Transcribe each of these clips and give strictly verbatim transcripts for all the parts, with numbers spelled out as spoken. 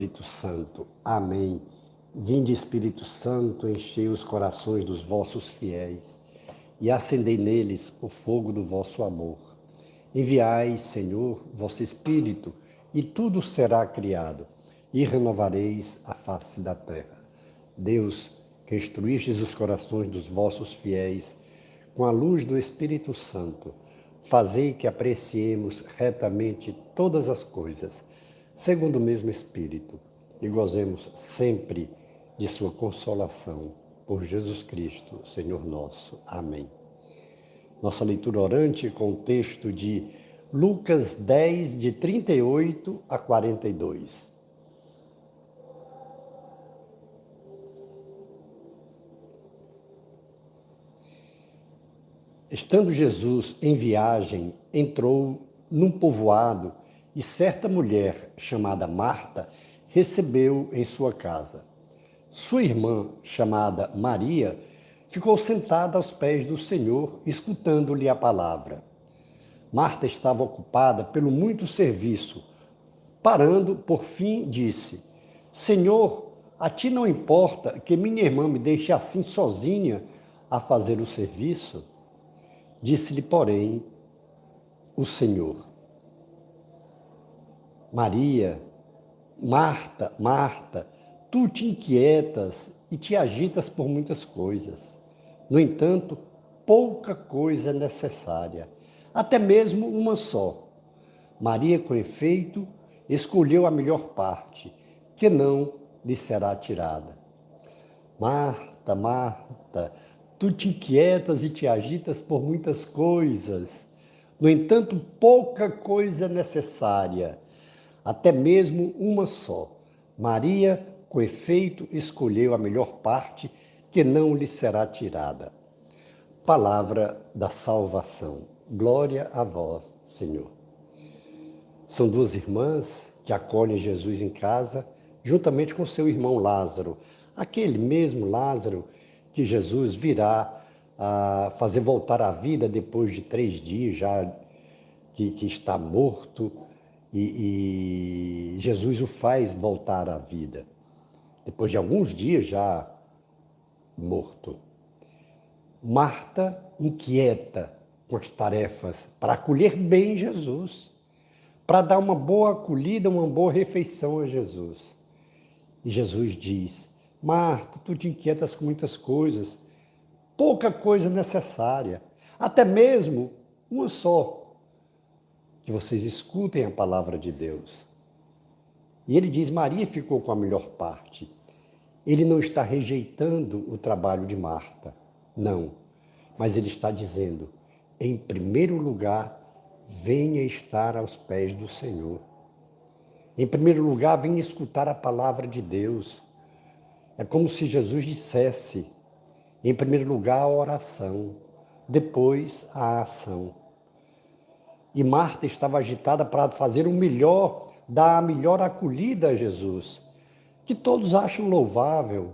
Espírito Santo. Amém. Vinde, Espírito Santo, enchei os corações dos vossos fiéis e acendei neles o fogo do vosso amor. Enviai, Senhor, vosso Espírito, e tudo será criado, e renovareis a face da terra. Deus, que instruístes os corações dos vossos fiéis com a luz do Espírito Santo, fazei que apreciemos retamente todas as coisas, segundo o mesmo Espírito, e gozemos sempre de sua consolação. Por Jesus Cristo, Senhor nosso. Amém. Nossa leitura orante com o texto de Lucas dez, de trinta e oito a quarenta e dois. Estando Jesus em viagem, entrou num povoado e certa mulher, chamada Marta, recebeu em sua casa. Sua irmã, chamada Maria, ficou sentada aos pés do Senhor, escutando-lhe a palavra. Marta estava ocupada pelo muito serviço. Parando, por fim, disse: Senhor, a ti não importa que minha irmã me deixe assim sozinha a fazer o serviço? Disse-lhe, porém, o Senhor: Maria, Marta, Marta, tu te inquietas e te agitas por muitas coisas. No entanto, pouca coisa é necessária, até mesmo uma só. Maria, com efeito, escolheu a melhor parte, que não lhe será tirada. Marta, Marta, tu te inquietas e te agitas por muitas coisas. No entanto, pouca coisa é necessária, até mesmo uma só. Maria, com efeito, escolheu a melhor parte, que não lhe será tirada. Palavra da salvação. Glória a vós, Senhor. São duas irmãs que acolhem Jesus em casa, juntamente com seu irmão Lázaro, aquele mesmo Lázaro que Jesus virá a fazer voltar à vida depois de três dias já que, que está morto, e, e Jesus o faz voltar à vida, depois de alguns dias já morto. Marta inquieta com as tarefas para acolher bem Jesus, para dar uma boa acolhida, uma boa refeição a Jesus. E Jesus diz: Marta, tu te inquietas com muitas coisas, pouca coisa necessária, até mesmo uma só. Que vocês escutem a palavra de Deus. E ele diz: Maria ficou com a melhor parte. Ele não está rejeitando o trabalho de Marta, não. Mas ele está dizendo: em primeiro lugar, venha estar aos pés do Senhor. Em primeiro lugar, venha escutar a palavra de Deus. É como se Jesus dissesse: em primeiro lugar, a oração, depois a ação. E Marta estava agitada para fazer o melhor, dar a melhor acolhida a Jesus, que todos acham louvável,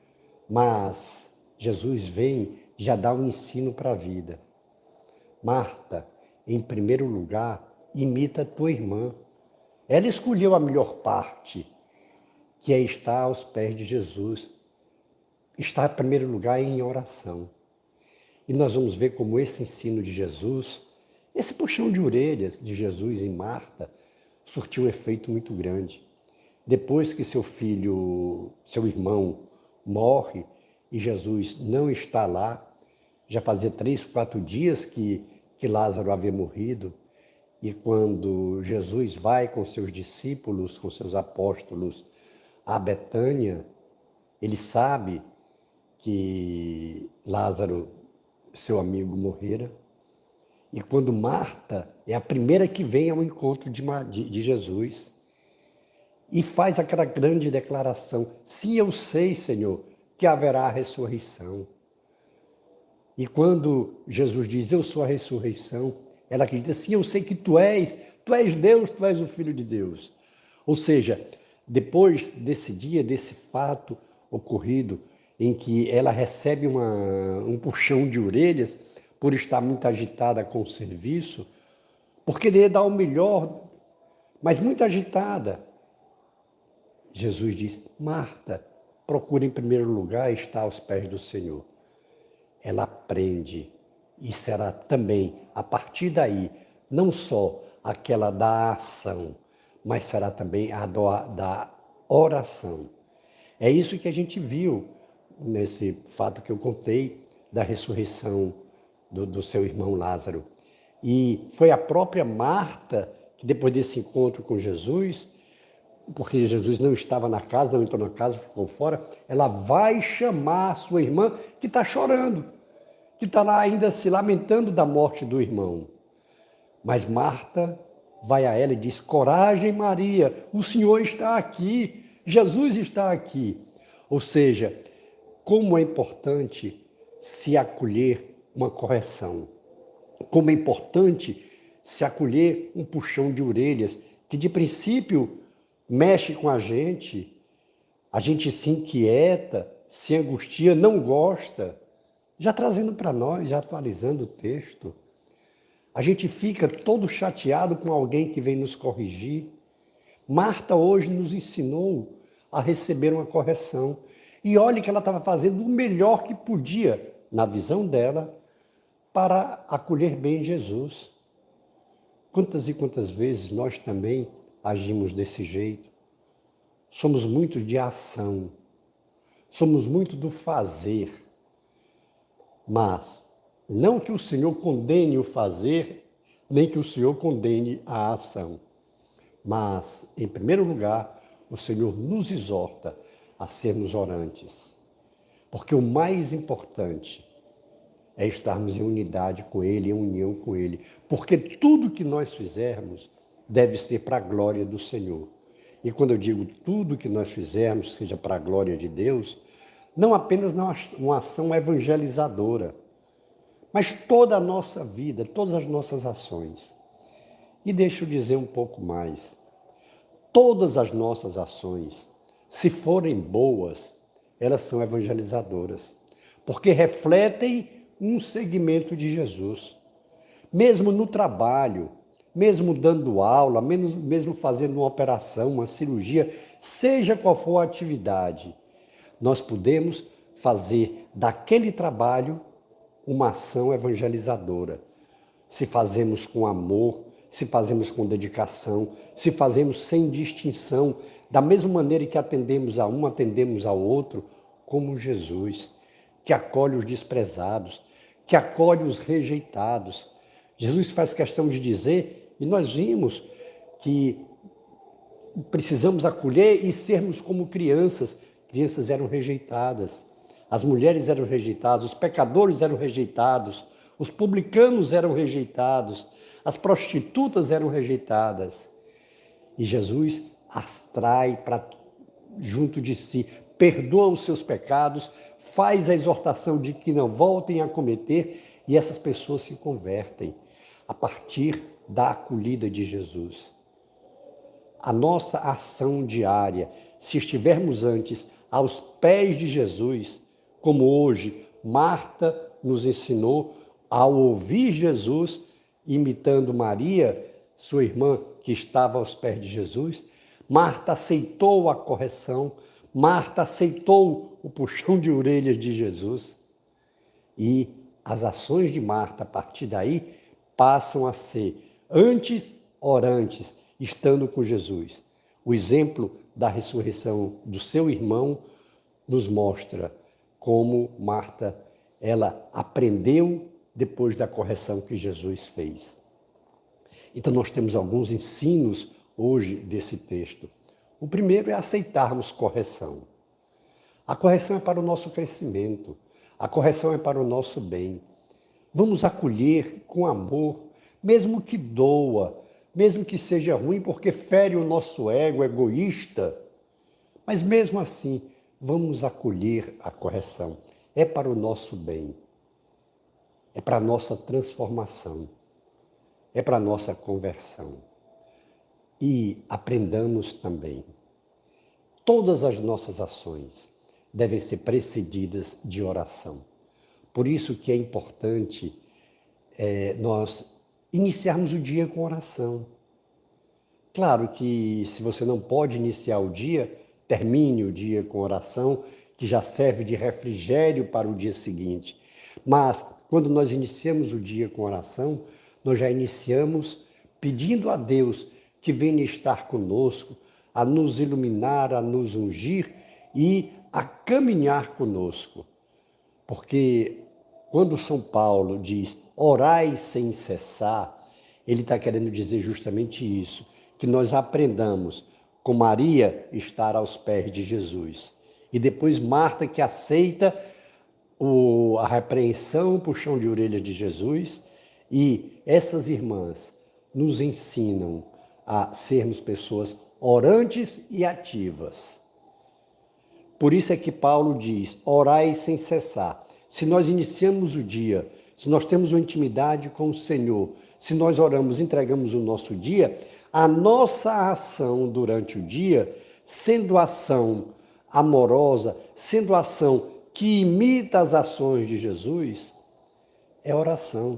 mas Jesus vem já dar um ensino para a vida. Marta, em primeiro lugar, imita a tua irmã. Ela escolheu a melhor parte, que é estar aos pés de Jesus. Está em primeiro lugar em oração. E nós vamos ver como esse ensino de Jesus, esse puxão de orelhas de Jesus em Marta, surtiu um efeito muito grande. Depois que seu filho, seu irmão, morre e Jesus não está lá, já fazia três, quatro dias que, que Lázaro havia morrido, e quando Jesus vai com seus discípulos, com seus apóstolos a Betânia, ele sabe que Lázaro, seu amigo, morrera. E quando Marta é a primeira que vem ao encontro de, de Jesus e faz aquela grande declaração: sim, eu sei, Senhor, que haverá ressurreição. E quando Jesus diz: eu sou a ressurreição, ela acredita: sim, eu sei que tu és, tu és Deus, tu és o Filho de Deus. Ou seja, depois desse dia, desse fato ocorrido, em que ela recebe uma, um puxão de orelhas, por estar muito agitada com o serviço, por querer dar o melhor, mas muito agitada. Jesus diz: Marta, procura em primeiro lugar estar aos pés do Senhor. Ela aprende e será também, a partir daí, não só aquela da ação, mas será também a da oração. É isso que a gente viu nesse fato que eu contei da ressurreição do, do seu irmão Lázaro. E foi a própria Marta que, depois desse encontro com Jesus, porque Jesus não estava na casa, não entrou na casa, ficou fora, ela vai chamar a sua irmã, que está chorando, que está lá ainda se lamentando da morte do irmão. Mas Marta vai a ela e diz: coragem, Maria, o Senhor está aqui, Jesus está aqui. Ou seja, como é importante se acolher uma correção, como é importante se acolher um puxão de orelhas, que de princípio mexe com a gente, a gente se inquieta, se angustia, não gosta. Já trazendo para nós, já atualizando o texto, a gente fica todo chateado com alguém que vem nos corrigir. Marta hoje nos ensinou a receber uma correção. E olha que ela estava fazendo o melhor que podia, na visão dela, para acolher bem Jesus. Quantas e quantas vezes nós também agimos desse jeito? Somos muito de ação, somos muito do fazer. Mas não que o Senhor condene o fazer, nem que o Senhor condene a ação. Mas, em primeiro lugar, o Senhor nos exorta a sermos orantes. Porque o mais importante é estarmos em unidade com Ele, em união com Ele. Porque tudo que nós fizermos deve ser para a glória do Senhor. E quando eu digo tudo que nós fizermos seja para a glória de Deus, não apenas uma ação evangelizadora, mas toda a nossa vida, todas as nossas ações. E deixa eu dizer um pouco mais. Todas as nossas ações, se forem boas, elas são evangelizadoras, porque refletem um segmento de Jesus. Mesmo no trabalho, mesmo dando aula, mesmo fazendo uma operação, uma cirurgia, seja qual for a atividade, nós podemos fazer daquele trabalho uma ação evangelizadora. Se fazemos com amor, se fazemos com dedicação, se fazemos sem distinção, da mesma maneira que atendemos a um, atendemos ao outro, como Jesus, que acolhe os desprezados, que acolhe os rejeitados. Jesus faz questão de dizer, e nós vimos que precisamos acolher e sermos como crianças. Crianças eram rejeitadas, as mulheres eram rejeitadas, os pecadores eram rejeitados, os publicanos eram rejeitados, as prostitutas eram rejeitadas. E Jesus as trai para junto de si, perdoa os seus pecados, faz a exortação de que não voltem a cometer, e essas pessoas se convertem a partir da acolhida de Jesus. A nossa ação diária, se estivermos antes aos pés de Jesus, como hoje Marta nos ensinou, ao ouvir Jesus, imitando Maria, sua irmã que estava aos pés de Jesus, Marta aceitou a correção, Marta aceitou o puxão de orelhas de Jesus. E as ações de Marta, a partir daí, passam a ser antes orantes, estando com Jesus. O exemplo da ressurreição do seu irmão nos mostra como Marta, ela aprendeu depois da correção que Jesus fez. Então nós temos alguns ensinos hoje desse texto. O primeiro é aceitarmos correção. A correção é para o nosso crescimento, a correção é para o nosso bem. Vamos acolher com amor, mesmo que doa, mesmo que seja ruim, porque fere o nosso ego egoísta. Mas mesmo assim, vamos acolher a correção. É para o nosso bem. É para a nossa transformação. É para a nossa conversão. E aprendamos também. Todas as nossas ações devem ser precedidas de oração. Por isso que é importante é, nós iniciarmos o dia com oração. Claro que se você não pode iniciar o dia, termine o dia com oração, que já serve de refrigério para o dia seguinte. Mas, quando nós iniciamos o dia com oração, nós já iniciamos pedindo a Deus que venha estar conosco, a nos iluminar, a nos ungir e a caminhar conosco. Porque quando São Paulo diz, orai sem cessar, ele está querendo dizer justamente isso, que nós aprendamos com Maria estar aos pés de Jesus. E depois Marta, que aceita o, a repreensão, o puxão de orelha de Jesus. E essas irmãs nos ensinam a sermos pessoas orantes e ativas. Por isso é que Paulo diz, orai sem cessar. Se nós iniciamos o dia, se nós temos uma intimidade com o Senhor, se nós oramos, entregamos o nosso dia, a nossa ação durante o dia, sendo ação amorosa, sendo ação que imita as ações de Jesus, é oração.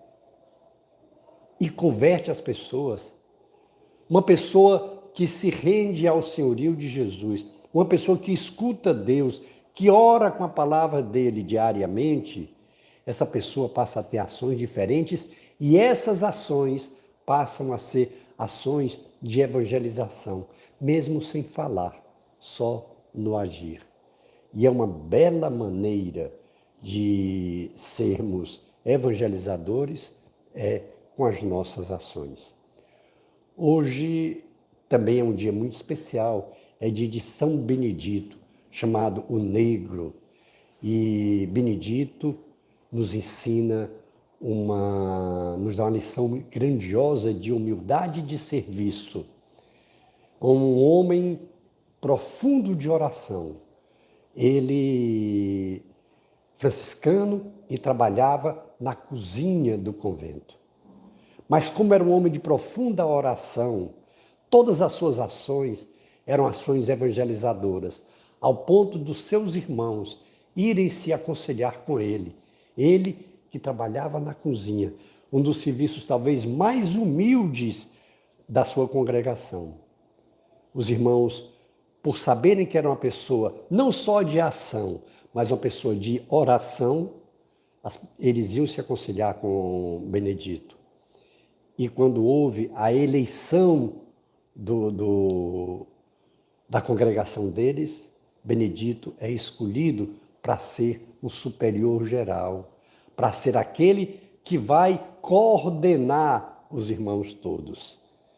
E converte as pessoas. Uma pessoa que se rende ao senhorio de Jesus, uma pessoa que escuta Deus, que ora com a palavra dele diariamente, essa pessoa passa a ter ações diferentes e essas ações passam a ser ações de evangelização, mesmo sem falar, só no agir. E é uma bela maneira de sermos evangelizadores, é com as nossas ações. Hoje também é um dia muito especial, é dia de São Benedito, chamado o Negro. E Benedito nos ensina uma, nos dá uma lição grandiosa de humildade e de serviço. Um homem profundo de oração. Ele, franciscano, e trabalhava na cozinha do convento. Mas como era um homem de profunda oração, todas as suas ações eram ações evangelizadoras, ao ponto dos seus irmãos irem se aconselhar com ele. Ele que trabalhava na cozinha, um dos serviços talvez mais humildes da sua congregação. Os irmãos, por saberem que era uma pessoa não só de ação, mas uma pessoa de oração, eles iam se aconselhar com Benedito. E quando houve a eleição do, do, da congregação deles, Benedito é escolhido para ser o superior geral, para ser aquele que vai coordenar os irmãos todos.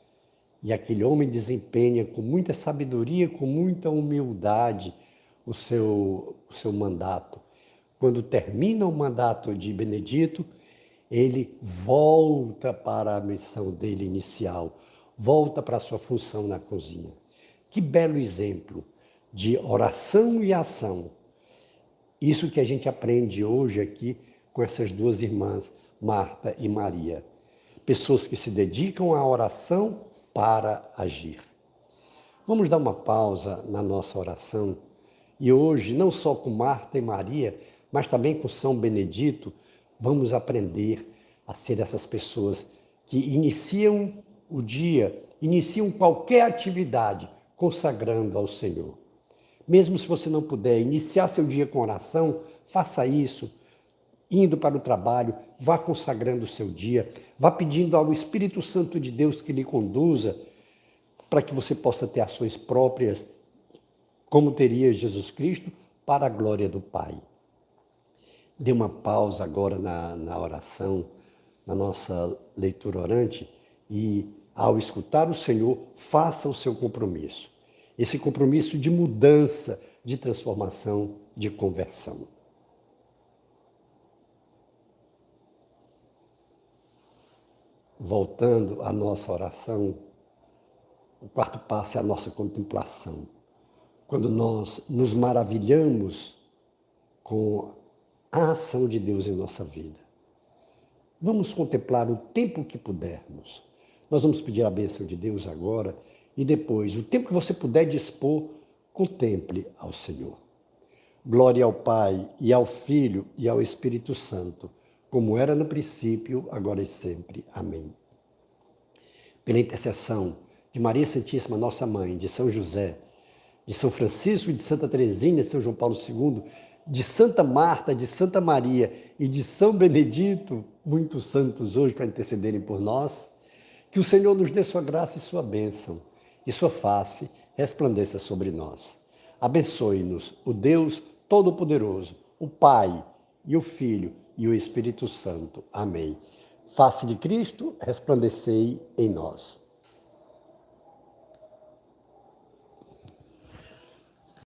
E aquele homem desempenha com muita sabedoria, com muita humildade o seu, o seu mandato. Quando termina o mandato de Benedito, ele volta para a missão dele inicial, volta para a sua função na cozinha. Que belo exemplo de oração e ação. Isso que a gente aprende hoje aqui com essas duas irmãs, Marta e Maria. Pessoas que se dedicam à oração para agir. Vamos dar uma pausa na nossa oração e hoje, não só com Marta e Maria, mas também com São Benedito, vamos aprender a ser essas pessoas que iniciam o dia, iniciam qualquer atividade consagrando ao Senhor. Mesmo se você não puder iniciar seu dia com oração, faça isso, indo para o trabalho, vá consagrando o seu dia, vá pedindo ao Espírito Santo de Deus que lhe conduza para que você possa ter ações próprias, como teria Jesus Cristo, para a glória do Pai. Dê uma pausa agora na, na oração, na nossa leitura orante e, ao escutar o Senhor, faça o seu compromisso. Esse compromisso de mudança, de transformação, de conversão. Voltando à nossa oração, o quarto passo é a nossa contemplação. Quando nós nos maravilhamos com a ação de Deus em nossa vida. Vamos contemplar o tempo que pudermos. Nós vamos pedir a bênção de Deus agora e depois, o tempo que você puder dispor, contemple ao Senhor. Glória ao Pai, e ao Filho, e ao Espírito Santo, como era no princípio, agora e sempre. Amém. Pela intercessão de Maria Santíssima, nossa Mãe, de São José, de São Francisco, de Santa Teresinha, de São João Paulo segundo, de Santa Marta, de Santa Maria e de São Benedito, muitos santos hoje para intercederem por nós, que o Senhor nos dê sua graça e sua bênção, e sua face resplandeça sobre nós. Abençoe-nos o Deus Todo-Poderoso, o Pai e o Filho e o Espírito Santo. Amém. Face de Cristo, resplandecei em nós.